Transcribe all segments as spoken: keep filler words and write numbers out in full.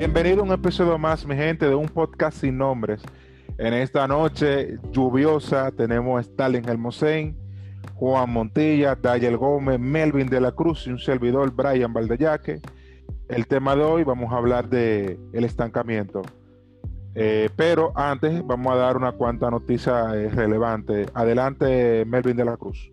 Bienvenido a un episodio más, mi gente, de un podcast sin nombres. En esta noche lluviosa tenemos a Stalin Hermosén, Juan Montilla, Dayel Gómez, Melvin de la Cruz y un servidor, Brian Valdeyaque. El tema de hoy vamos a hablar de el estancamiento. Eh, pero antes vamos a dar una cuanta noticia eh, relevante. Adelante, Melvin de la Cruz.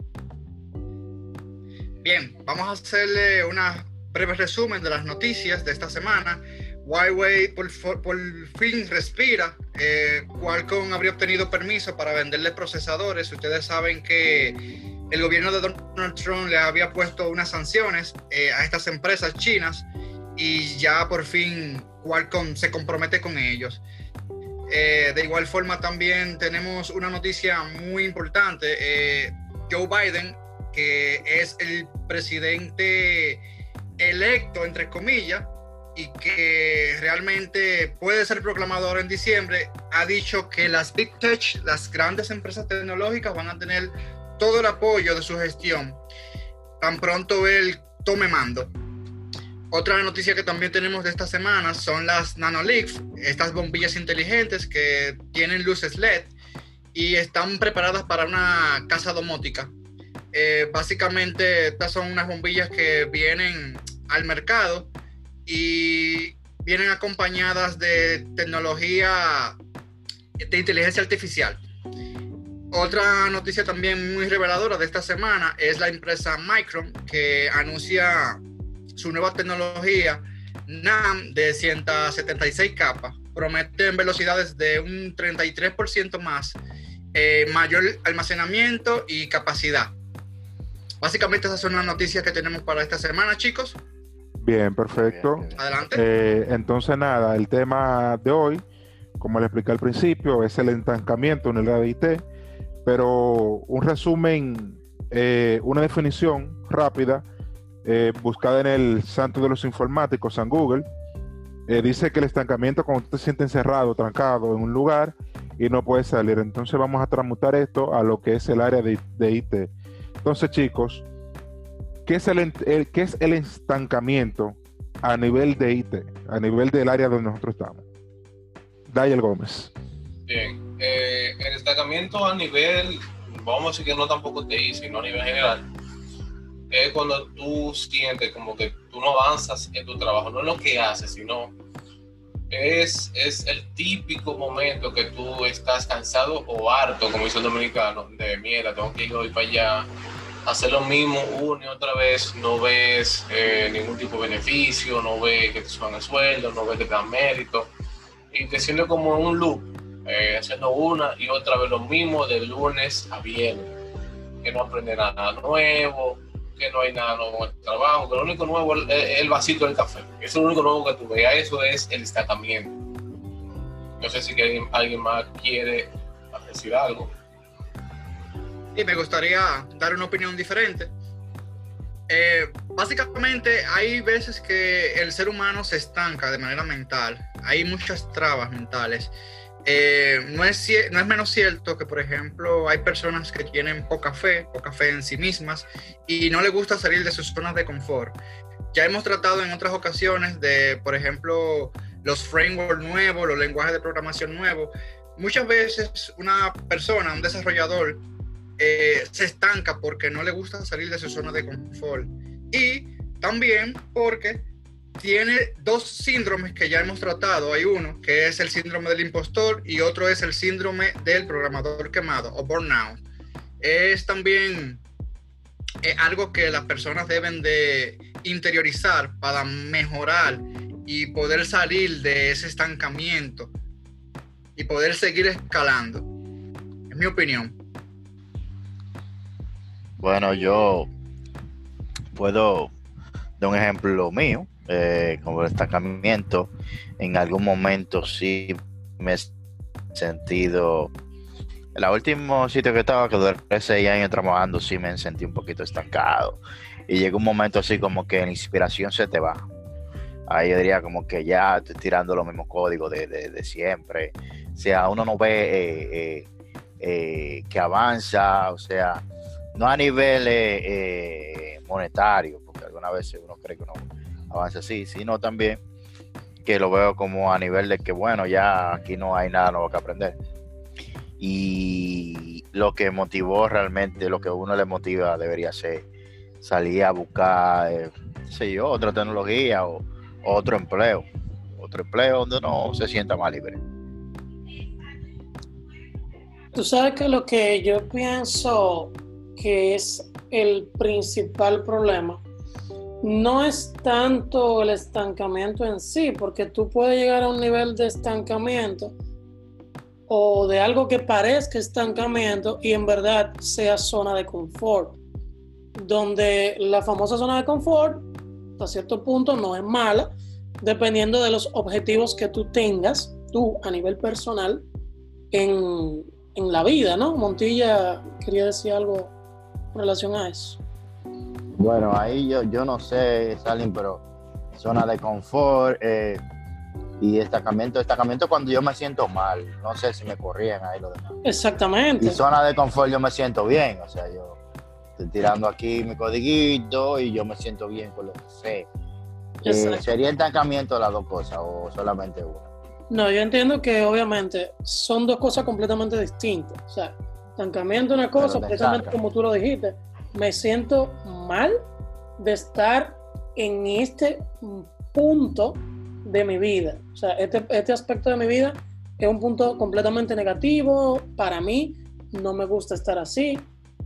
Bien, vamos a hacerle un breve resumen de las noticias de esta semana. Huawei por, por fin respira. Eh, Qualcomm habría obtenido permiso para venderle procesadores. Ustedes saben que el gobierno de Donald Trump le había puesto unas sanciones eh, a estas empresas chinas y ya por fin Qualcomm se compromete con ellos. Eh, de igual forma también tenemos una noticia muy importante. Eh, Joe Biden, que es el presidente electo, entre comillas, y que realmente puede ser proclamado ahora en diciembre, ha dicho que las Big Tech, las grandes empresas tecnológicas, van a tener todo el apoyo de su gestión tan pronto él tome mando. Otra noticia que también tenemos de esta semana son las Nanoleaf, estas bombillas inteligentes que tienen luces L E D y están preparadas para una casa domótica. Eh, básicamente estas son unas bombillas que vienen al mercado y vienen acompañadas de tecnología de inteligencia artificial. Otra noticia también muy reveladora de esta semana es la empresa Micron, que anuncia su nueva tecnología NAND de ciento setenta y seis capas. Prometen velocidades de un treinta y tres por ciento más, eh, mayor almacenamiento y capacidad. Básicamente esas son las noticias que tenemos para esta semana, chicos. Bien, perfecto. Adelante. Eh, entonces, nada, el tema de hoy, como le expliqué al principio, es el estancamiento en el área de I T, pero un resumen, eh, una definición rápida, eh, buscada en el santo de los informáticos, en Google, eh, dice que el estancamiento es cuando tú te sientes encerrado, trancado en un lugar y no puedes salir. Entonces vamos a transmutar esto a lo que es el área de, de I T. Entonces, chicos, ¿qué es el, el, ¿qué es el estancamiento a nivel de I T, a nivel del área donde nosotros estamos? Dayel Gómez. Bien, eh, el estancamiento a nivel, vamos a decir que no tampoco T I, sino a nivel general, es cuando tú sientes como que tú no avanzas en tu trabajo, no es lo que haces, sino es, es el típico momento que tú estás cansado o harto, como dice el dominicano, de mierda, tengo que ir hoy para allá, hacer lo mismo una y otra vez, no ves eh, ningún tipo de beneficio, no ves que te suban el sueldo, no ves que te dan mérito, y te sientes como en un loop, eh, haciendo una y otra vez lo mismo de lunes a viernes, que no aprendes nada nuevo, que no hay nada nuevo en el trabajo, que lo único nuevo es el, el vasito del café, eso es lo único nuevo que tú veas, eso es el estancamiento. No sé si alguien, alguien más quiere decir algo. Y me gustaría dar una opinión diferente. Eh, básicamente hay veces que el ser humano se estanca de manera mental. Hay muchas trabas mentales. Eh, no es, no es menos cierto que, por ejemplo, hay personas que tienen poca fe, poca fe en sí mismas y no les gusta salir de sus zonas de confort. Ya hemos tratado en otras ocasiones de, por ejemplo, los frameworks nuevos, los lenguajes de programación nuevos. Muchas veces una persona, un desarrollador, Eh, se estanca porque no le gusta salir de su zona de confort y también porque tiene dos síndromes que ya hemos tratado. Hay uno que es el síndrome del impostor y otro es el síndrome del programador quemado o burnout. Es también eh, algo que las personas deben de interiorizar para mejorar y poder salir de ese estancamiento y poder seguir escalando. Es mi opinión. Bueno, yo puedo dar un ejemplo mío, eh, como el estancamiento. En algún momento sí me he sentido, en el último sitio que estaba, que duré seis años trabajando, sí me sentí un poquito estancado. Y llega un momento así como que la inspiración se te va. Ahí yo diría como que ya estoy tirando los mismos códigos de, de, de siempre. O sea, uno no ve eh, eh, eh, que avanza, o sea, no a nivel eh, eh, monetario, porque algunas veces uno cree que uno avanza así, sino también que lo veo como a nivel de que, bueno, ya aquí no hay nada nuevo que aprender. Y lo que motivó realmente, lo que a uno le motiva debería ser salir a buscar, eh, qué sé yo, otra tecnología o, o otro empleo. Otro empleo donde uno se sienta más libre. Tú sabes que lo que yo pienso que es el principal problema no es tanto el estancamiento en sí, porque tú puedes llegar a un nivel de estancamiento o de algo que parezca estancamiento y en verdad sea zona de confort, donde la famosa zona de confort hasta cierto punto no es mala, dependiendo de los objetivos que tú tengas, tú a nivel personal, en, en la vida, ¿no? Montilla quería decir algo en relación a eso. Bueno, ahí yo, yo no sé, Salim, pero zona de confort eh, y destacamiento. Destacamiento cuando yo me siento mal. No sé si me corrían ahí lo demás. Exactamente. Y zona de confort yo me siento bien. O sea, yo estoy tirando aquí mi codiguito y yo me siento bien con lo que sé. Eh, ¿Sería estancamiento de las dos cosas o solamente una? No, yo entiendo que obviamente son dos cosas completamente distintas. O sea, estancamiento es una cosa, precisamente como tú lo dijiste. Me siento mal de estar en este punto de mi vida. O sea, este, este aspecto de mi vida es un punto completamente negativo para mí. No me gusta estar así.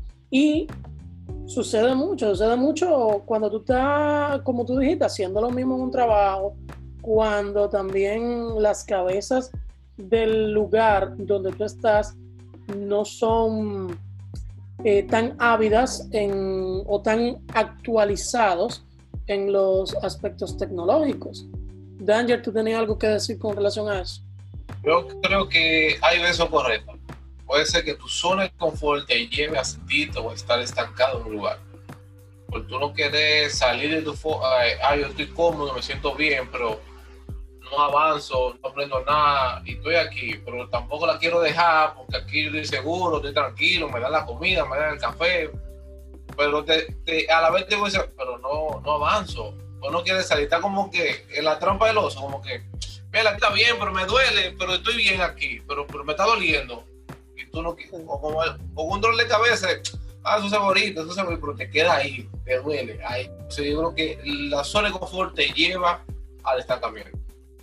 Y sucede mucho, sucede mucho cuando tú estás, como tú dijiste, haciendo lo mismo en un trabajo, cuando también las cabezas del lugar donde tú estás no son eh, tan ávidas en, o tan actualizados en los aspectos tecnológicos. Danger, ¿tú tenías algo que decir con relación a eso? Yo creo que hay veces correcto. Puede ser que tu zona de confort te lleve a sentirte o a estar estancado en un lugar. Porque tú no quieres salir de tu... Fo- ah, yo estoy cómodo, me siento bien, pero no avanzo, no aprendo nada y estoy aquí, pero tampoco la quiero dejar porque aquí estoy seguro, estoy tranquilo, me dan la comida, me dan el café, pero te, te, a la vez te voy a decir, pero no, no avanzo. O no quieres salir, está como que en la trampa del oso, como que, mira, está bien, pero me duele, pero estoy bien aquí, pero, pero me está doliendo. Y tú no quieres, o como el, o un dolor de cabeza, ah, eso se bonito, eso se bonito, pero te queda ahí, te duele. Ahí. O sea, yo creo que la zona de confort te lleva al estancamiento.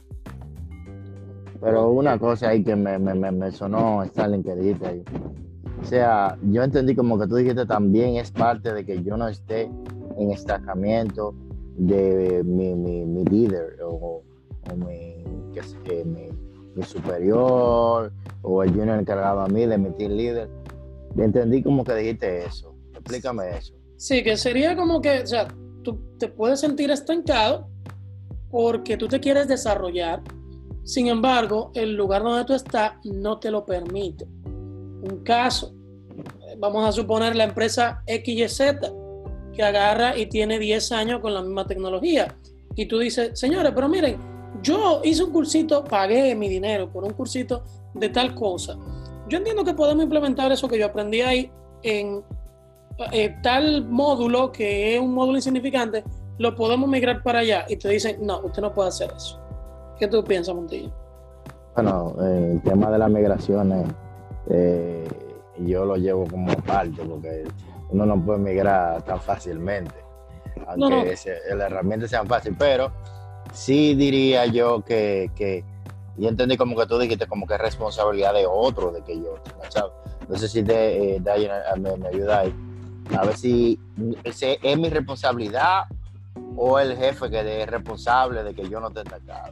Pero una cosa ahí que me, me, me, me sonó, Stalin, que dijiste ahí. O sea, yo entendí como que tú dijiste también es parte de que yo no esté en estancamiento de mi, mi, mi líder o, o mi, qué sé, mi, mi superior o el junior encargado a mí de mi team líder. Entendí como que dijiste eso. Explícame eso. Sí, que sería como que, o sea, tú te puedes sentir estancado porque tú te quieres desarrollar. Sin embargo, el lugar donde tú estás no te lo permite. Un caso, vamos a suponer la empresa X Y Z, que agarra y tiene diez años con la misma tecnología. Y tú dices, señores, pero miren, yo hice un cursito, pagué mi dinero por un cursito de tal cosa. Yo entiendo que podemos implementar eso que yo aprendí ahí en eh, tal módulo, que es un módulo insignificante, lo podemos migrar para allá. Y te dicen, no, usted no puede hacer eso. ¿Qué tú piensas, Montillo? Bueno, eh, el tema de las migraciones, eh, yo lo llevo como parte, porque uno no puede migrar tan fácilmente, aunque no, no. Ese, la herramienta sea fácil, pero sí diría yo que, que yo entendí como que tú dijiste como que es responsabilidad de otro de que yo, ¿sabes? No sé si te, eh, Diana, me, me ayuda ahí, a ver si ese es mi responsabilidad o el jefe que es responsable de que yo no esté estancado.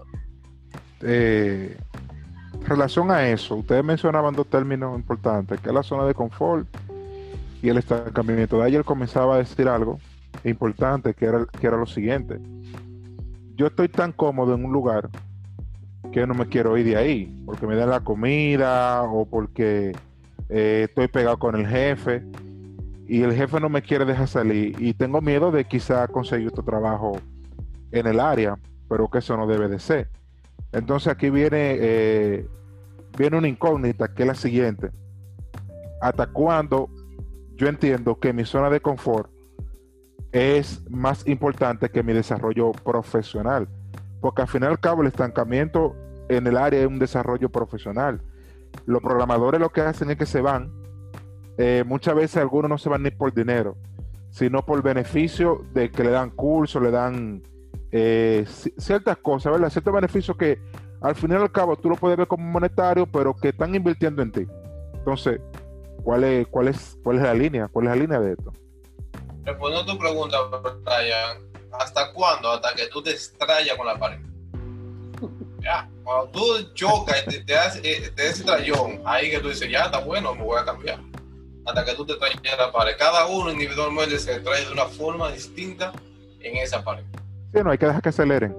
Eh, en relación a eso, ustedes mencionaban dos términos importantes, que es la zona de confort y el estancamiento. De ayer comenzaba a decir algo importante, que era, que era lo siguiente. Yo estoy tan cómodo en un lugar que no me quiero ir de ahí, porque me dan la comida o porque eh, estoy pegado con el jefe y el jefe no me quiere dejar salir y tengo miedo de quizá conseguir otro trabajo en el área, pero que eso no debe de ser. Entonces aquí viene, eh, viene una incógnita, que es la siguiente. ¿Hasta cuándo yo entiendo que mi zona de confort es más importante que mi desarrollo profesional? porque al final y al cabo el estancamiento en el área es un desarrollo profesional. Los programadores lo que hacen es que se van, eh, muchas veces algunos no se van ni por dinero, sino por beneficio de que le dan cursos, le dan eh, c- ciertas cosas, ¿verdad? Ciertos beneficios que al final y al cabo tú lo puedes ver como monetario, pero que están invirtiendo en ti. Entonces, ¿cuál es, cuál es, cuál es la línea? ¿Cuál es la línea de esto? Respondiendo a tu pregunta, Brian, ¿hasta cuándo? Hasta que tú te estrellas con la pared. Ya, cuando tú chocas y te, te das eh, te das ese trayón, ahí que tú dices, ya está bueno, me voy a cambiar. Hasta que tú te traigas a la pared. Cada uno individualmente se trae de una forma distinta en esa pared. Sí, no hay que dejar que aceleren.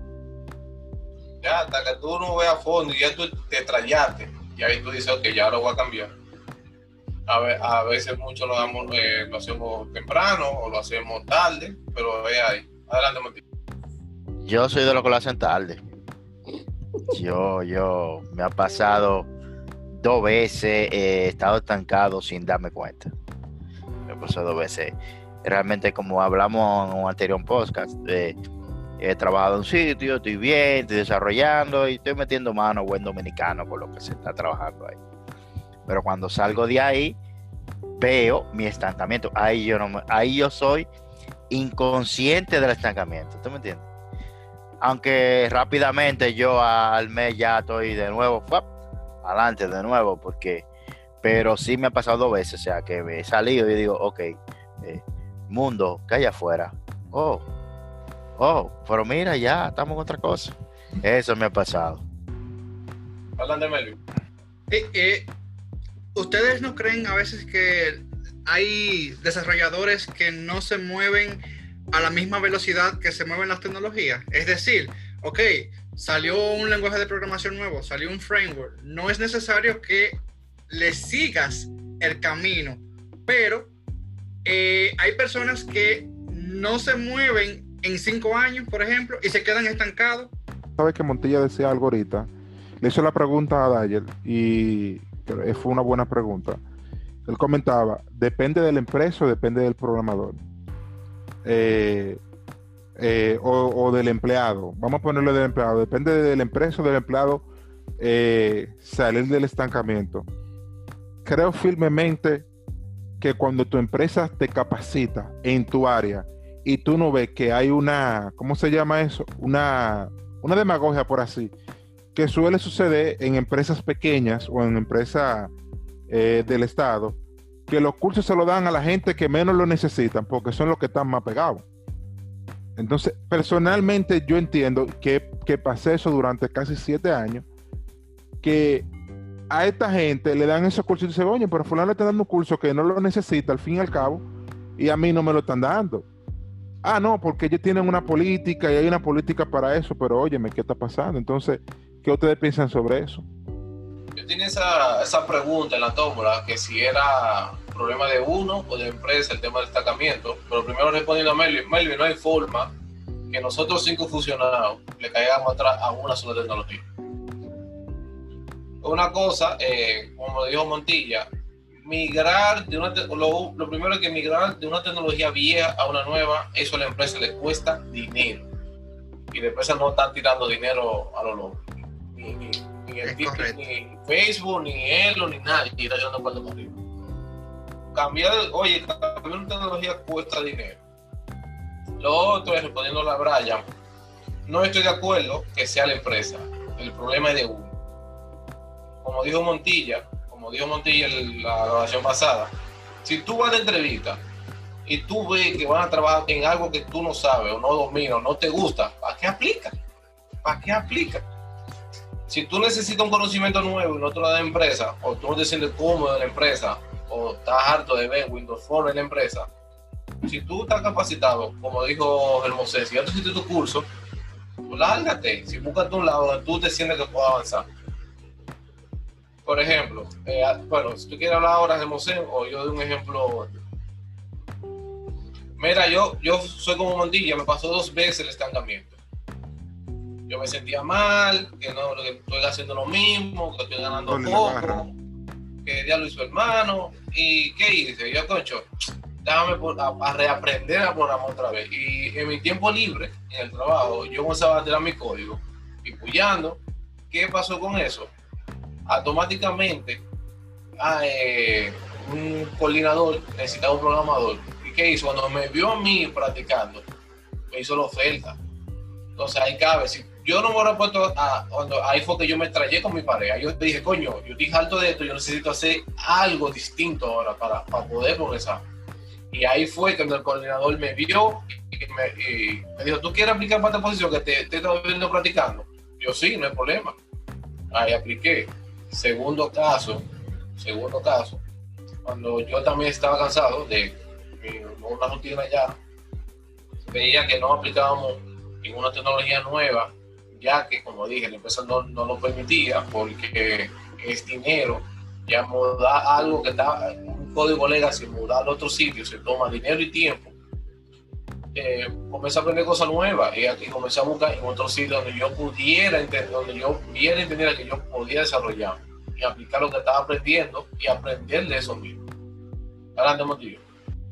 Ya, hasta que tú no veas a fondo y ya tú te trayaste, y ahí tú dices, ok, ya lo voy a cambiar. A, ve, a veces mucho lo, damos, eh, lo hacemos temprano o lo hacemos tarde, pero ve ahí. Adelante, Martín. Yo soy de los que lo hacen tarde. Yo, yo, me ha pasado dos veces, eh, he estado estancado sin darme cuenta. Me pasó dos veces. Realmente, como hablamos en un anterior podcast, eh, he trabajado en un sitio, estoy bien, estoy desarrollando y estoy metiendo mano buen dominicano con lo que se está trabajando ahí. Pero cuando salgo de ahí, veo mi estancamiento. Ahí yo, no me, ahí yo soy inconsciente del estancamiento. ¿Tú me entiendes? Aunque rápidamente yo al mes ya estoy de nuevo, ¡fuap! Adelante de nuevo, porque, pero sí me ha pasado dos veces, o sea, que he salido y digo, ok, eh, mundo, ¿qué hay afuera? Oh, oh, pero mira, ya estamos en otra cosa. Eso me ha pasado. Adelante, Melvin. Eh, eh, ¿Ustedes no creen a veces que hay desarrolladores que no se mueven a la misma velocidad que se mueven las tecnologías? Es decir, ok, salió un lenguaje de programación nuevo, salió un framework, no es necesario que le sigas el camino, pero eh, hay personas que no se mueven en cinco años, por ejemplo, y se quedan estancados. Sabes que Montilla decía algo ahorita, le hizo la pregunta a Dyer y fue una buena pregunta. Él comentaba, depende de la empresa o depende del programador. Eh, eh, o, o del empleado, vamos a ponerlo del empleado, depende de la empresa o del empleado eh, salir del estancamiento. Creo firmemente que cuando tu empresa te capacita en tu área y tú no ves que hay una, ¿cómo se llama eso? Una, una demagogia por así, que suele suceder en empresas pequeñas o en empresas eh, del Estado, que los cursos se lo dan a la gente que menos lo necesitan, porque son los que están más pegados. Entonces, personalmente yo entiendo que, que pasé eso durante casi siete años, que a esta gente le dan esos cursos y dicen, oye, pero fulano le está dando un curso que no lo necesita al fin y al cabo, y a mí no me lo están dando. Ah, no, porque ellos tienen una política y hay una política para eso, pero óyeme, ¿qué está pasando? Entonces, ¿qué ustedes piensan sobre eso? Yo tenía esa, esa pregunta en la tómbola, que si era problema de uno o de empresa el tema del destacamiento, pero primero respondiendo a Melvin, Melvin, no hay forma que nosotros cinco fusionados le caigamos atrás a una sola tecnología. Una cosa, eh, como dijo Montilla, migrar de una te- lo, lo primero es que migrar de una tecnología vieja a una nueva, eso a la empresa le cuesta dinero. Y la empresa no está tirando dinero a lo loco. Ni, ni, ni, el, ni Facebook, ni Elo, ni nadie está tirando cuarto para arriba. Cambiar, oye, cambiar una tecnología cuesta dinero. Lo otro es, respondiendo a Brian, no estoy de acuerdo que sea la empresa. El problema es de uno. Como dijo Montilla, como dijo Montilla en la grabación pasada, si tú vas de entrevista y tú ves que van a trabajar en algo que tú no sabes o no dominas o no te gusta, ¿para qué aplica? ¿Para qué aplica? Si tú necesitas un conocimiento nuevo y no te lo da la empresa, o tú no te sientes cómodo en la empresa, o estás harto de ver Windows Phone en la empresa, si tú estás capacitado, como dijo Hermosé, si ya tú hiciste tu curso, pues lárgate, si buscas un lado donde tú te sientes que puedes avanzar. Por ejemplo, eh, bueno, si tú quieres hablar ahora de Mosén o yo de un ejemplo. Mira, yo, yo soy como Montilla, me pasó dos veces el estancamiento. Yo me sentía mal, que no que estoy haciendo lo mismo, que estoy ganando Dale, poco, que ya lo hizo hermano. ¿Y qué hice? Yo, concho, déjame por, a, a reaprender a programar otra vez. Y en mi tiempo libre, en el trabajo, yo comenzaba a tirar mi código y puyando. ¿Qué pasó con eso? Automáticamente, ah, eh, un coordinador necesitaba un programador. ¿Y qué hizo? Cuando me vio a mí practicando, me hizo la oferta. Entonces ahí cabe. Si yo no me hubiera puesto a, cuando, ahí fue que yo me estrellé con mi pareja. Yo dije, coño, yo estoy harto de esto, yo necesito hacer algo distinto ahora para, para poder progresar. Y ahí fue cuando el coordinador me vio y me, y me dijo, ¿tú quieres aplicar para esta posición que te, te he estado viendo practicando? Yo sí, no hay problema. Ahí apliqué. Segundo caso, segundo caso, cuando yo también estaba cansado de una rutina ya, veía que no aplicábamos ninguna tecnología nueva, ya que, como dije, la empresa no, no lo permitía porque es dinero. Ya mudar algo que está, un código legacy, mudar a otro sitio, se toma dinero y tiempo. Eh, comencé a aprender cosas nuevas y aquí comencé a buscar en otro sitio donde yo pudiera entender, donde yo pudiera entender que yo podía desarrollar y aplicar lo que estaba aprendiendo y aprender de eso mismo. Adelante, Montillo.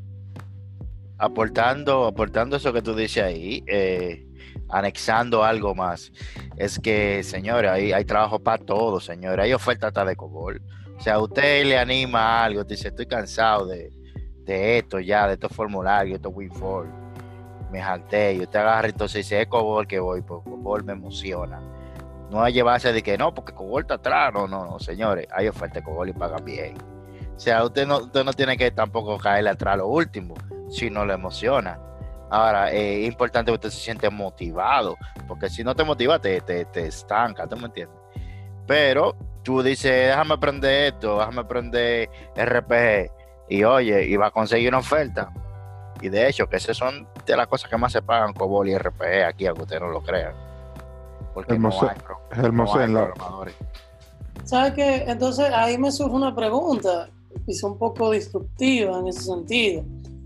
Aportando, aportando eso que tú dices ahí, eh, anexando algo más, es que, señores, hay, hay trabajo para todos, señores, hay oferta hasta de COBOL. O sea, usted le anima a algo, te dice, estoy cansado de, de esto ya, de estos formularios, estos WinForm, me jalté, y usted agarra entonces dice, es COBOL que voy, porque COBOL me emociona. No es llevarse de que no, porque COBOL está atrás, no, no, no, señores, hay oferta de COBOL y pagan bien. O sea, usted no, usted no tiene que tampoco caerle atrás a lo último, si no le emociona. Ahora, eh, es importante que usted se siente motivado, porque si no te motiva, te, te, te estanca, ¿tú me entiendes? Pero tú dices, déjame aprender esto, déjame aprender R P G, y oye, y va a conseguir una oferta. Y de hecho, que esas son de las cosas que más se pagan, COBOL y R P G aquí, aunque ustedes no lo crean. Porque el no museo, hay, pro, es el museo no hay en la... programadores. ¿Sabes qué? Entonces ahí me surge una pregunta, quizá un poco disruptiva en ese sentido.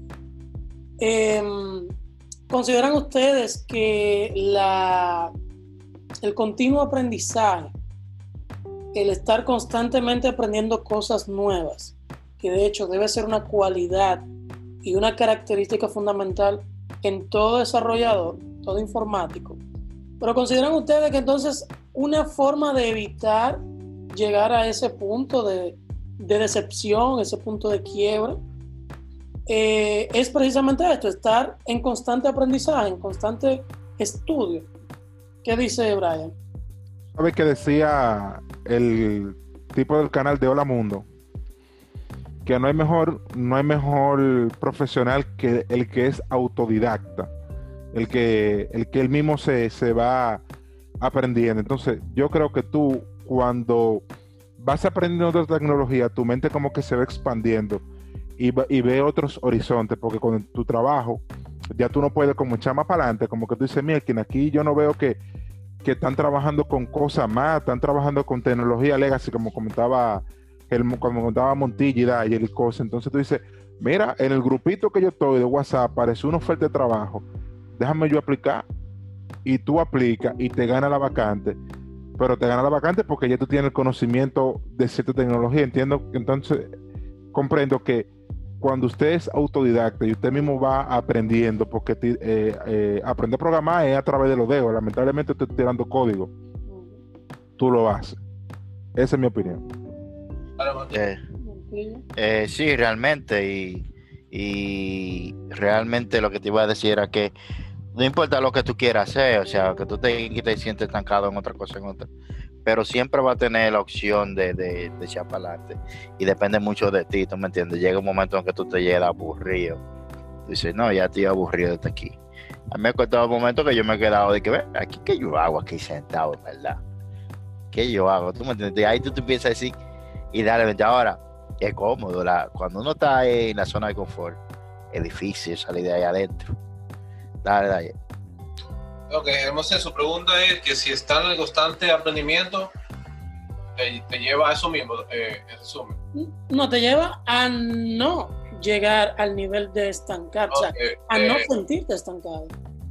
Eh, ¿Consideran ustedes que la, el continuo aprendizaje, el estar constantemente aprendiendo cosas nuevas, que de hecho debe ser una cualidad y una característica fundamental en todo desarrollador, todo informático, pero consideran ustedes que entonces una forma de evitar llegar a ese punto de, de decepción, ese punto de quiebra, eh, es precisamente esto, estar en constante aprendizaje, en constante estudio? ¿Qué dice Brian? ¿Sabes qué decía el tipo del canal de Hola Mundo? Que no hay mejor, no hay mejor profesional que el que es autodidacta, el que, el que él mismo se, se va aprendiendo. Entonces, yo creo que tú, cuando vas aprendiendo otra tecnología, tu mente como que se va expandiendo y, y ve otros horizontes, porque con tu trabajo ya tú no puedes como echar más para adelante, como que tú dices, mira, aquí yo no veo que, que están trabajando con cosas más, están trabajando con tecnología legacy, como comentaba el, como comentaba Montilla y el cosa. Entonces tú dices, mira, en el grupito que yo estoy de WhatsApp apareció una oferta de trabajo, déjame yo aplicar, y tú aplicas y te gana la vacante, pero te gana la vacante porque ya tú tienes el conocimiento de cierta tecnología. Entiendo, entonces comprendo que cuando usted es autodidacta y usted mismo va aprendiendo, porque eh, eh, aprender a programar es a través de los dedos, lamentablemente estoy tirando código, tú lo haces. Esa es mi opinión. Eh, eh, sí, realmente, y, y realmente lo que te iba a decir era que no importa lo que tú quieras hacer, o sea, que tú te, te sientes estancado en otra cosa, en otra, pero siempre va a tener la opción de, de, de echar para adelante, y depende mucho de ti, ¿tú me entiendes? Llega un momento en que tú te llegas aburrido, tú dices, no, ya estoy aburrido de aquí. A mí me ha costado un momento que yo me he quedado de que, ve, aquí, ¿qué yo hago aquí sentado, en verdad? ¿Qué yo hago? ¿Tú me entiendes? Y ahí tú te empiezas a decir, y dale, vente. Ahora, es cómodo, la, cuando uno está en la zona de confort, es difícil salir de ahí adentro. Dale, dale. Ok, José, su pregunta es que si está en el constante aprendimiento, te, te lleva a eso mismo, eh, en resumen. No, te lleva a no llegar al nivel de estancar, okay, o sea, a eh, no sentirte estancado.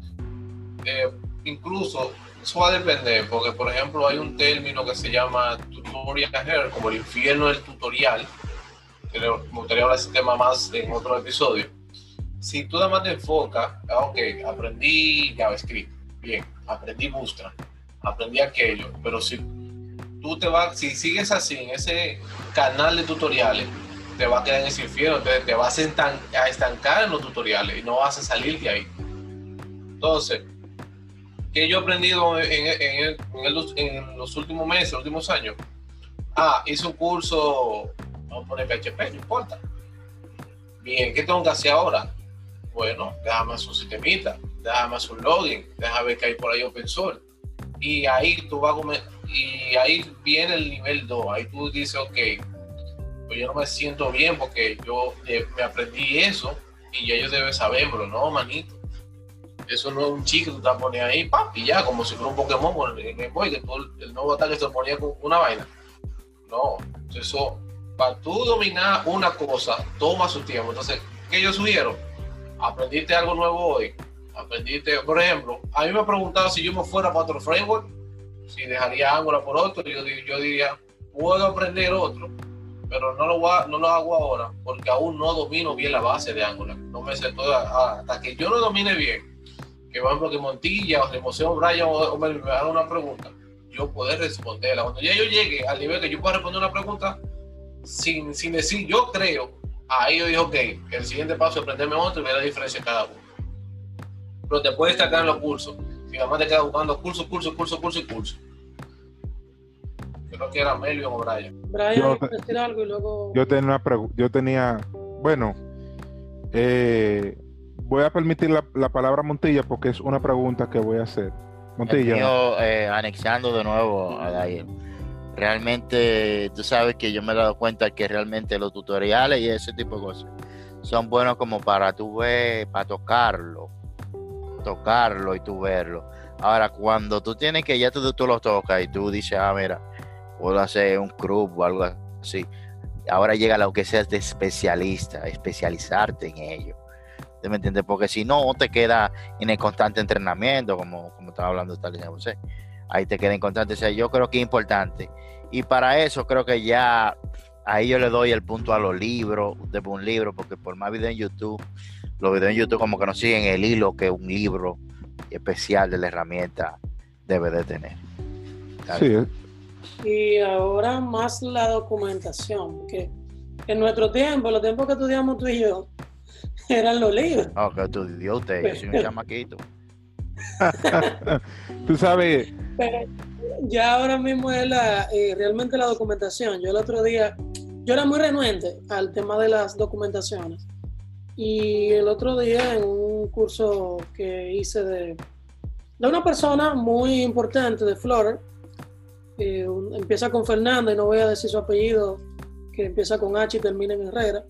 Eh, incluso, eso va a depender, porque por ejemplo hay un término que se llama tutorial hell, como el infierno del tutorial, que me gustaría hablar de ese tema más en otro episodio. si tú nada más te enfocas, ok, aprendí JavaScript, bien, aprendí Bootstrap, aprendí aquello, pero si tú te vas, si sigues así en ese canal de tutoriales, te vas a quedar en ese infierno, te, te vas a, estan, a estancar en los tutoriales y no vas a salir de ahí. Entonces, ¿qué yo he aprendido en, en, en, en, el, en los últimos meses, los últimos años? Ah, hice un curso, vamos a poner P H P, no importa. Bien, ¿qué tengo que hacer ahora? Bueno, déjame hacer un sistemita, déjame hacer un login, déjame ver qué hay por ahí open source. Y ahí tú vas a comer, y ahí viene el nivel dos. Ahí tú dices, ok, pues yo no me siento bien porque yo eh, me aprendí eso y ya yo debo saberlo, ¿no, manito? Eso no es un chico que tú te pones ahí, pap, y ya, como si fuera un Pokémon con el Game Boy, que todo el nuevo ataque se ponía con una vaina. No, eso, para tú dominar una cosa, toma su tiempo. Entonces, ¿qué yo sugiero? Aprendiste algo nuevo hoy. Aprendiste, por ejemplo, a mí me preguntaba si yo me fuera para otro framework, si dejaría Angular por otro, y yo, yo diría, puedo aprender otro, pero no lo, voy a, no lo hago ahora, porque aún no domino bien la base de Angular. No me sé todo, hasta que yo no domine bien, que por ejemplo que Montilla o Emoción Brian o, o me, me hagan una pregunta, yo poder responderla. Cuando ya yo llegue al nivel que yo pueda responder una pregunta sin, sin decir yo creo, ahí yo digo, ok, el siguiente paso es aprenderme otro y ver la diferencia en cada uno. Pero te puedes destacar en los cursos, si nada más te quedas buscando curso, curso, curso, curso y curso. Creo que era Melvin o Brian. Brian, Yo, ¿quieres decir algo y luego? yo tenía una pregunta, yo tenía, bueno, eh, voy a permitir la, la palabra Montilla porque es una pregunta que voy a hacer. Montilla. Yo, eh, anexando de nuevo a Daniel. Realmente, tú sabes que yo me he dado cuenta que realmente los tutoriales y ese tipo de cosas son buenos como para tú ver, para tocarlo, tocarlo y tú verlo. Ahora, cuando tú tienes que ya tú, tú lo tocas y tú dices, ah, mira, puedo hacer un club o algo así. Ahora llega lo que seas de especialista, especializarte en ello. ¿Te me entiendes? Porque si no, te queda en el constante entrenamiento, como, como estaba hablando tal vez José. Ahí te queda en constante. O sea, yo creo que es importante. Y para eso creo que ya ahí yo le doy el punto a los libros, de un libro, porque por más videos en YouTube, los videos en YouTube como que no siguen el hilo que un libro especial de la herramienta debe de tener. Sí. Y ahora más la documentación, que en nuestro tiempo, los tiempos que estudiamos tú y yo, eran los libros. No, que estudió usted, yo soy un chamaquito. Tú sabes. Pero ya ahora mismo es la, eh, realmente la documentación. Yo el otro día, yo era muy renuente al tema de las documentaciones. Y el otro día en un curso que hice de, de una persona muy importante de Flutter, eh, un, empieza con Fernando y no voy a decir su apellido, que empieza con H y termina en Herrera.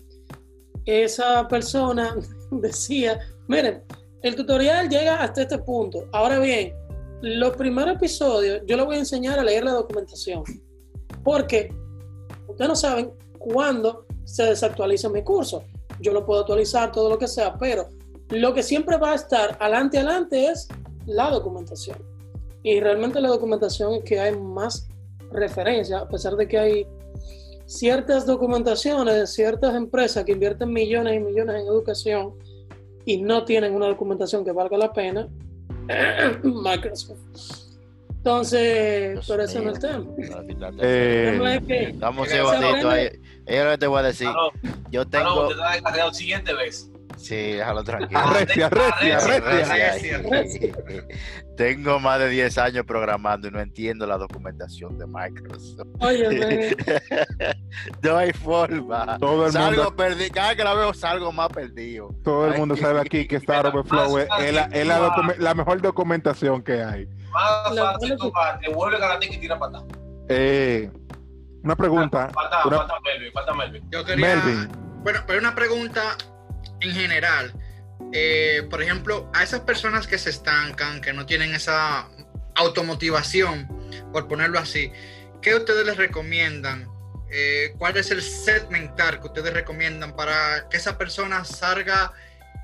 Esa persona decía, miren, el tutorial llega hasta este punto. Ahora bien, los primeros episodios yo les voy a enseñar a leer la documentación, porque ustedes no saben cuándo se desactualiza mi curso. Yo lo puedo actualizar, todo lo que sea, pero lo que siempre va a estar adelante, adelante es la documentación. Y realmente la documentación es que hay más referencia, a pesar de que hay ciertas documentaciones de ciertas empresas que invierten millones y millones en educación y no tienen una documentación que valga la pena. Microsoft. Entonces, Dios pero ese no mío. es el tema. Eh, El tema es que Vamos se a botito aprende- ahí. Es lo que te voy a decir. Claro, Yo claro, tengo. te da descargado siguiente vez. Sí, déjalo tranquilo. Arrecia, arrecia, arrecia. Arrecia. Tengo más de diez años programando y no entiendo la documentación de Microsoft. Óyeme, No hay forma. Todo el salgo mundo- perdido. Cada que la veo salgo más perdido. Todo el Ay, mundo sabe aquí que Star Overflow es, es la, es la docu- la mejor documentación que hay. Más La- fácil tú vas, te vuelve garantía y tira para atrás. Eh, una pregunta. Falta, Una- falta Melvin, falta Melvin. Yo quería, Melvin. bueno, pero una pregunta en general. Eh, por ejemplo, a esas personas que se estancan, que no tienen esa automotivación, por ponerlo así, ¿qué ustedes les recomiendan? Eh, ¿Cuál es el set mental que ustedes recomiendan para que esa persona salga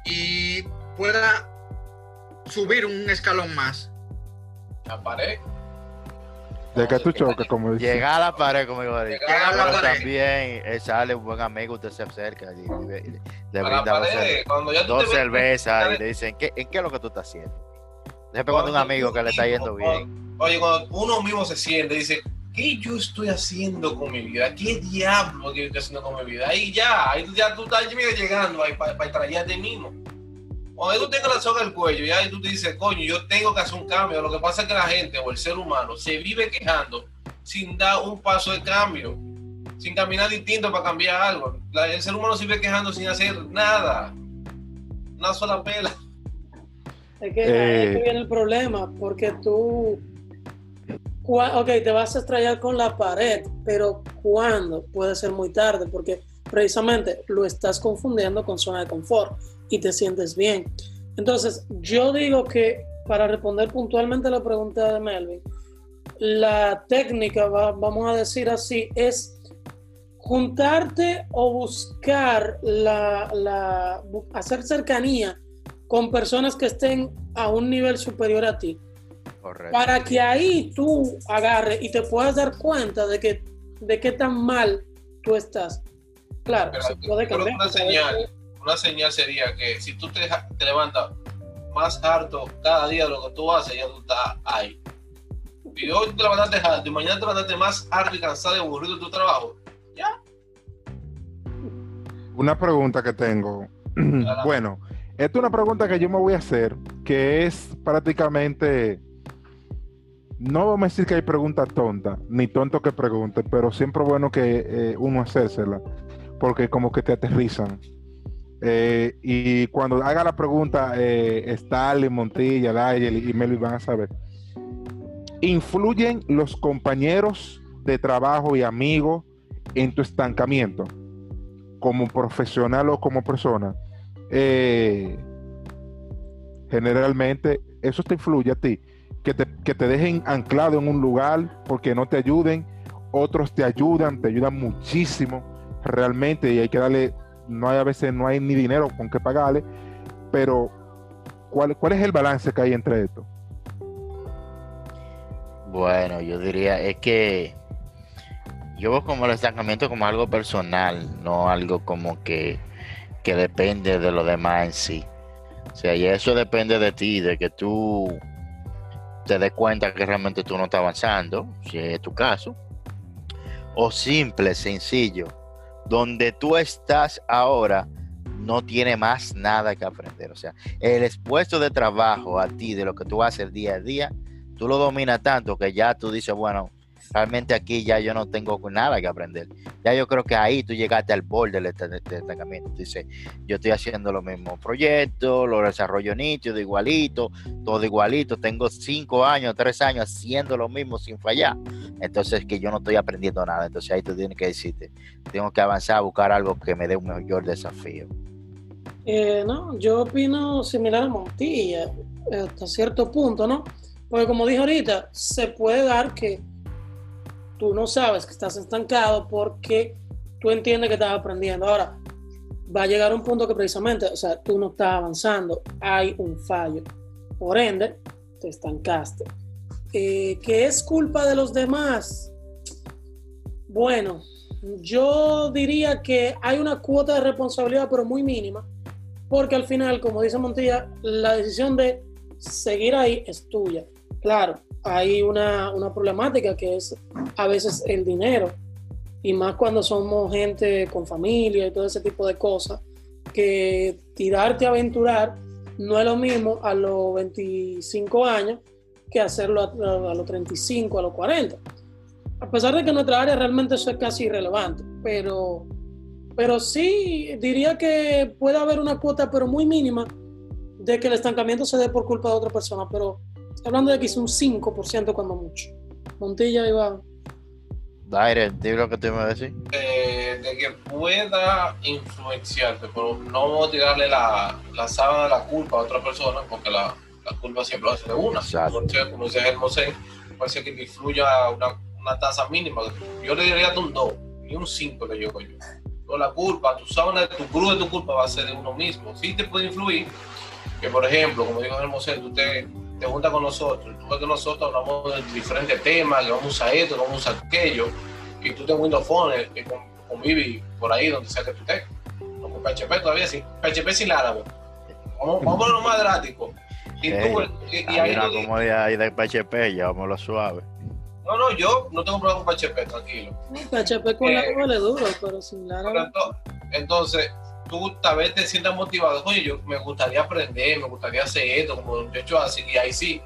y pueda subir un escalón más? La pared. De que tú chocas, como dices. Llega a la pared, como digo ahorita. Llegar a la Pero pared. también eh, sale un buen amigo, usted se acerca y, y- y le A la brinda dos, pared, cer- cuando ya tú dos te ves- cervezas y le dicen, ¿qué, ¿en qué es lo que tú estás haciendo? Siempre cuando un amigo que le está yendo bien. Oye, cuando uno mismo se siente y dice, ¿qué yo estoy haciendo con mi vida? ¿Qué diablo que yo estoy haciendo con mi vida? Ahí ya, ahí ya tú estás mira, llegando ahí para pa traer a ti mismo. Cuando tú tengas la soga al cuello, ya y tú te dices, coño, yo tengo que hacer un cambio. Lo que pasa es que la gente o el ser humano se vive quejando sin dar un paso de cambio, sin caminar distinto para cambiar algo. La- el ser humano se vive quejando sin hacer nada, una sola pela. Es que Eh. ahí es que viene el problema, porque tú, cua- ok, te vas a estrellar con la pared, pero ¿cuándo? Puede ser muy tarde, porque precisamente lo estás confundiendo con zona de confort y te sientes bien. Entonces, yo digo que para responder puntualmente a la pregunta de Melvin, la técnica, va- vamos a decir así, es juntarte o buscar la, la, bu- hacer cercanía con personas que estén a un nivel superior a ti, Correcto. para que ahí tú agarres y te puedas dar cuenta de que de qué tan mal tú estás. Claro, Pero se puede creo que cambiar. una porque señal, una señal sería que si tú te, deja- te levantas más harto cada día de lo que tú haces, ya tú estás ahí. Y hoy te levantaste harto y mañana te levantaste más harto y cansado y aburrido de tu trabajo. Ya. Una pregunta que tengo. Bueno, esta es una pregunta que yo me voy a hacer, que es prácticamente, no vamos a decir que hay preguntas tontas, ni tonto que pregunte, pero siempre es bueno que eh, uno hacérsela, porque como que te aterrizan. Eh, y cuando haga la pregunta, eh, Stalin, Montilla, Dayel y Melvin van a saber. ¿Influyen los compañeros de trabajo y amigos en tu estancamiento como profesional o como persona? Eh, generalmente eso te influye a ti, que te, que te dejen anclado en un lugar porque no te ayuden, otros te ayudan, te ayudan muchísimo realmente y hay que darle, no hay a veces no hay ni dinero con que pagarle, pero ¿cuál, cuál es el balance que hay entre esto? Bueno, yo diría, es que yo veo como el estancamiento como algo personal, no algo como que, que depende de lo demás en sí. O sea, y eso depende de ti, de que tú te des cuenta que realmente tú no estás avanzando, si es tu caso. O simple, sencillo, donde tú estás ahora no tiene más nada que aprender. O sea, el expuesto de trabajo a ti, de lo que tú haces día a día, tú lo dominas tanto que ya tú dices, bueno, realmente aquí ya yo no tengo nada que aprender. Ya yo creo que ahí tú llegaste al borde del est- del estancamiento. Tú dices, yo estoy haciendo los mismos proyectos, los desarrollo nítido, igualito, todo igualito. Tengo cinco años, tres años haciendo lo mismo sin fallar. Entonces que yo no estoy aprendiendo nada. Entonces ahí tú tienes que decirte, tengo que avanzar a buscar algo que me dé un mayor desafío. Eh, no, yo opino similar a Montilla, eh, hasta cierto punto, ¿no? Porque como dije ahorita, se puede dar que tú no sabes que estás estancado porque tú entiendes que estás aprendiendo. Ahora, va a llegar un punto que precisamente, o sea, tú no estás avanzando, hay un fallo. Por ende, te estancaste. Eh, ¿qué es culpa de los demás? Bueno, yo diría que hay una cuota de responsabilidad, pero muy mínima, porque al final, como dice Montilla, la decisión de seguir ahí es tuya. Claro, hay una, una problemática que es a veces el dinero, y más cuando somos gente con familia y todo ese tipo de cosas, que tirarte a aventurar no es lo mismo a los veinticinco años que hacerlo a, a los treinta y cinco, a los cuarenta. A pesar de que en nuestra área realmente eso es casi irrelevante, pero, pero sí diría que puede haber una cuota, pero muy mínima, de que el estancamiento se dé por culpa de otra persona, pero hablando de que es un cinco por ciento cuando mucho. Montilla iba... Daire, dime lo que te iba a decir. Eh, de que pueda influenciarte, pero no vamos a tirarle la, la sábana de la culpa a otra persona, porque la, la culpa siempre va a ser de una. Exacto. Como dice- Como dice Hermosén, puede ser que te influya una, una tasa mínima. Yo le diría hasta un dos, ni un cinco le llevo yo. Pero la culpa, tu sábana, tu cruz de tu culpa va a ser de uno mismo. Sí te puede influir, que por ejemplo, como dijo Hermosén, tú te te juntas con nosotros, tú ves que nosotros hablamos de diferentes temas, que vamos a usar esto, que vamos a usar aquello, y tú te Windows Phone y con, con Vivi por ahí, donde sea que tú estés. No, con P H P todavía sí, P H P sin Laravel. Vamos, vamos a ponerlo más drástico. Y, Hey, tú, y, y hay ahí una tú- comodidad ahí de P H P, llevámoslo suave. no, no, yo no tengo problema con P H P, tranquilo. P H P con Eh, Laravel es duro, pero sin Pero Laravel. ento- entonces, tú tal vez te sientas motivado, oye, yo me gustaría aprender, me gustaría hacer esto, como yo he hecho así, y ahí sí.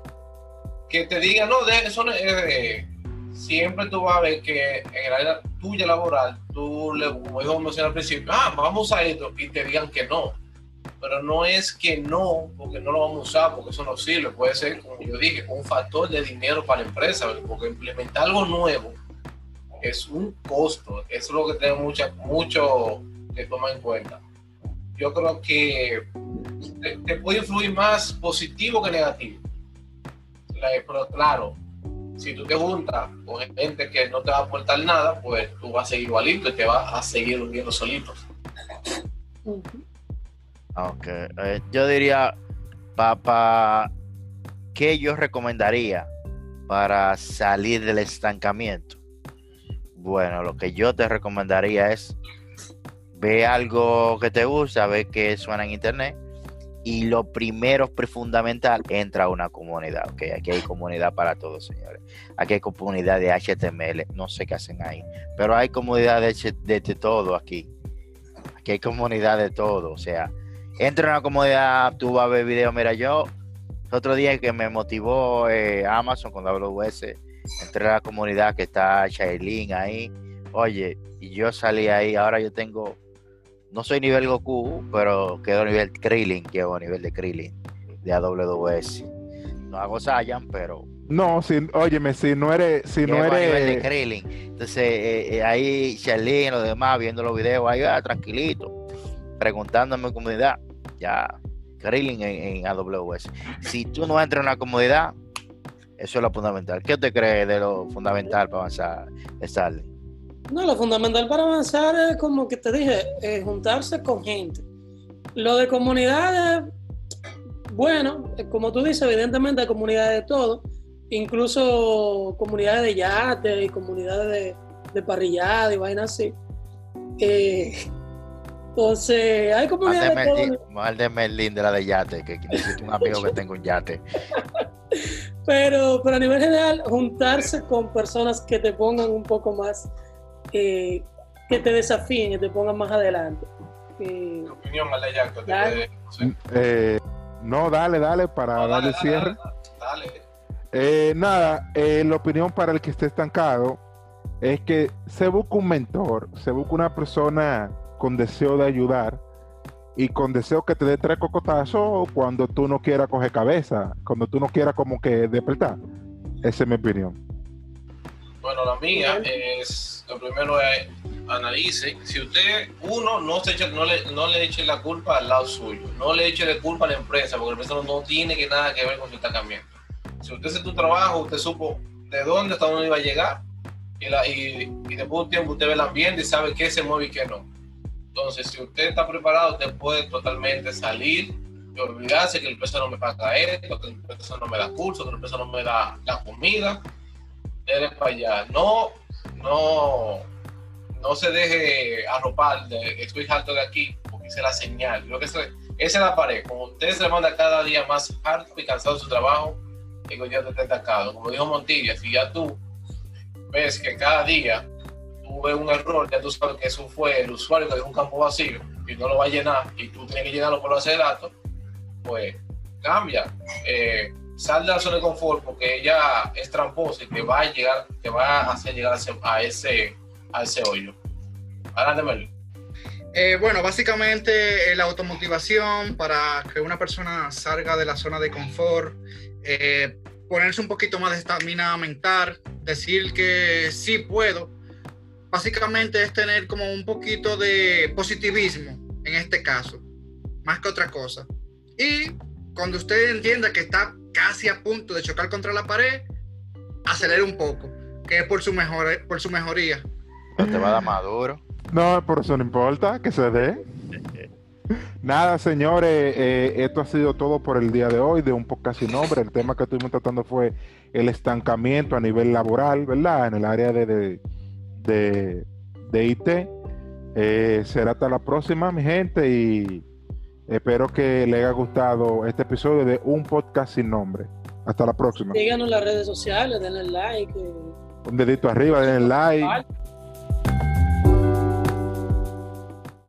Que te digan, no, de eso no es, eh, siempre tú vas a ver que en el área tuya laboral, tú le, como dijo mencioné al principio, ah, vamos a usar esto, y te digan que no. Pero no es que no, porque no lo vamos a usar, porque eso no sirve. Puede ser, como yo dije, un factor de dinero para la empresa, porque implementar algo nuevo es un costo. Eso es lo que tenemos mucha, mucho que tomar en cuenta. Yo creo que te, te puede influir más positivo que negativo. La- Pero claro, si tú te juntas con gente que no te va a aportar nada, pues tú vas a seguir igualito y te vas a seguir hundiendo solitos. Ujú. Ok, eh, yo diría, papá, ¿qué yo recomendaría para salir del estancamiento? Bueno, lo que yo te recomendaría es ve algo que te gusta, ve que suena en internet y lo primero, fundamental, entra a una comunidad. Ok, aquí hay comunidad para todos, señores. Aquí hay comunidad de H T M L, no sé qué hacen ahí, pero hay comunidad de, H- de, de todo aquí. Aquí hay comunidad de todo, o sea, entra en una comunidad, tú vas a ver videos. Mira, yo, otro día que me motivó eh, Amazon con A W S, entré a la comunidad que está Shailene ahí, oye, y yo salí ahí, ahora yo tengo, no soy nivel Goku, pero quedo nivel Krillin, quedo nivel de Krillin, de A W S. No hago Saiyan, pero No, si, óyeme, si no eres, si no llego a nivel de eres, Krillin. Entonces, eh, eh, ahí Shailene y los demás viendo los videos ahí, ah, tranquilito, preguntándome en comunidad, ya, Krillin en, en A W S. Si tú no entras en una comunidad, eso es lo fundamental. ¿Qué te crees de lo fundamental para avanzar, Starling? No, lo fundamental para avanzar es, como que te dije, eh, juntarse con gente. Lo de comunidades, bueno, eh, como tú dices, evidentemente hay comunidades de todo, incluso comunidades de yate y comunidades de, de parrillada y vainas así. Eh, entonces, hay comunidades de todo. Más de Merlin de la de yate, que necesito un amigo que tenga un yate. Pero, pero a nivel general, juntarse con personas que te pongan un poco más, eh, que te desafíen, que te pongan más adelante. Eh, ¿Qué opinión, Malayanco? te Dale. puede- no sé. eh, no, dale, dale, para No, darle dale, cierre. Dale, dale. Eh, nada, eh, la opinión para el que esté estancado es que se busca un mentor, se busca una persona con deseo de ayudar y con deseo que te dé tres cocotazos cuando tú no quieras coger cabeza, cuando tú no quieras como que despertar. Esa es mi opinión. Bueno, la mía es, lo primero es, analice, si usted, uno, no, se eche, no, le, no le eche la culpa al lado suyo, no le eche la culpa a la empresa, porque la empresa no, no tiene que nada que ver con su estancamiento. Si usted hace tu trabajo, usted supo de dónde, hasta dónde iba a llegar, y, la, y, y después de un tiempo usted ve el ambiente y sabe qué se mueve y qué no. Entonces, si usted está preparado, usted puede totalmente salir y olvidarse que la empresa no me paga esto, que la empresa no me da curso, que la empresa no me da la comida. Dele para allá. No, no, no se deje arropar de estoy harto de aquí, porque esa es la señal. Creo que esa, esa es la pared. Como usted se manda cada día más harto y cansado de su trabajo, digo, ya te está atacado. Como dijo Montilla, si ya tú ves que cada día tú ves un error, ya tú sabes que eso fue el usuario que dejó un campo vacío y no lo va a llenar y tú tienes que llenarlo por base de datos, pues cambia. Eh, sal de la zona de confort porque ella es tramposa y te va a llegar, te va a hacer llegar a ese, a ese, a ese hoyo. Adelante, Merlin. Eh, bueno, básicamente eh, la automotivación para que una persona salga de la zona de confort, eh, ponerse un poquito más de estamina mental, decir que sí puedo, básicamente es tener como un poquito de positivismo en este caso, más que otra cosa. Y cuando usted entienda que está casi a punto de chocar contra la pared, acelere un poco, que es por su, mejor, por su mejoría. Pero te va a dar más duro. No, por eso no importa, que se dé. Nada, señores, eh, esto ha sido todo por el día de hoy de Un Podcast Sin Nombre. El tema que estuvimos tratando fue el estancamiento a nivel laboral, ¿verdad? En el área de, de, de, de I T. Eh, será hasta la próxima, mi gente, y espero que les haya gustado este episodio de Un Podcast Sin Nombre. Hasta la próxima. Síganos en las redes sociales, denle like. Eh. Un dedito arriba, denle like.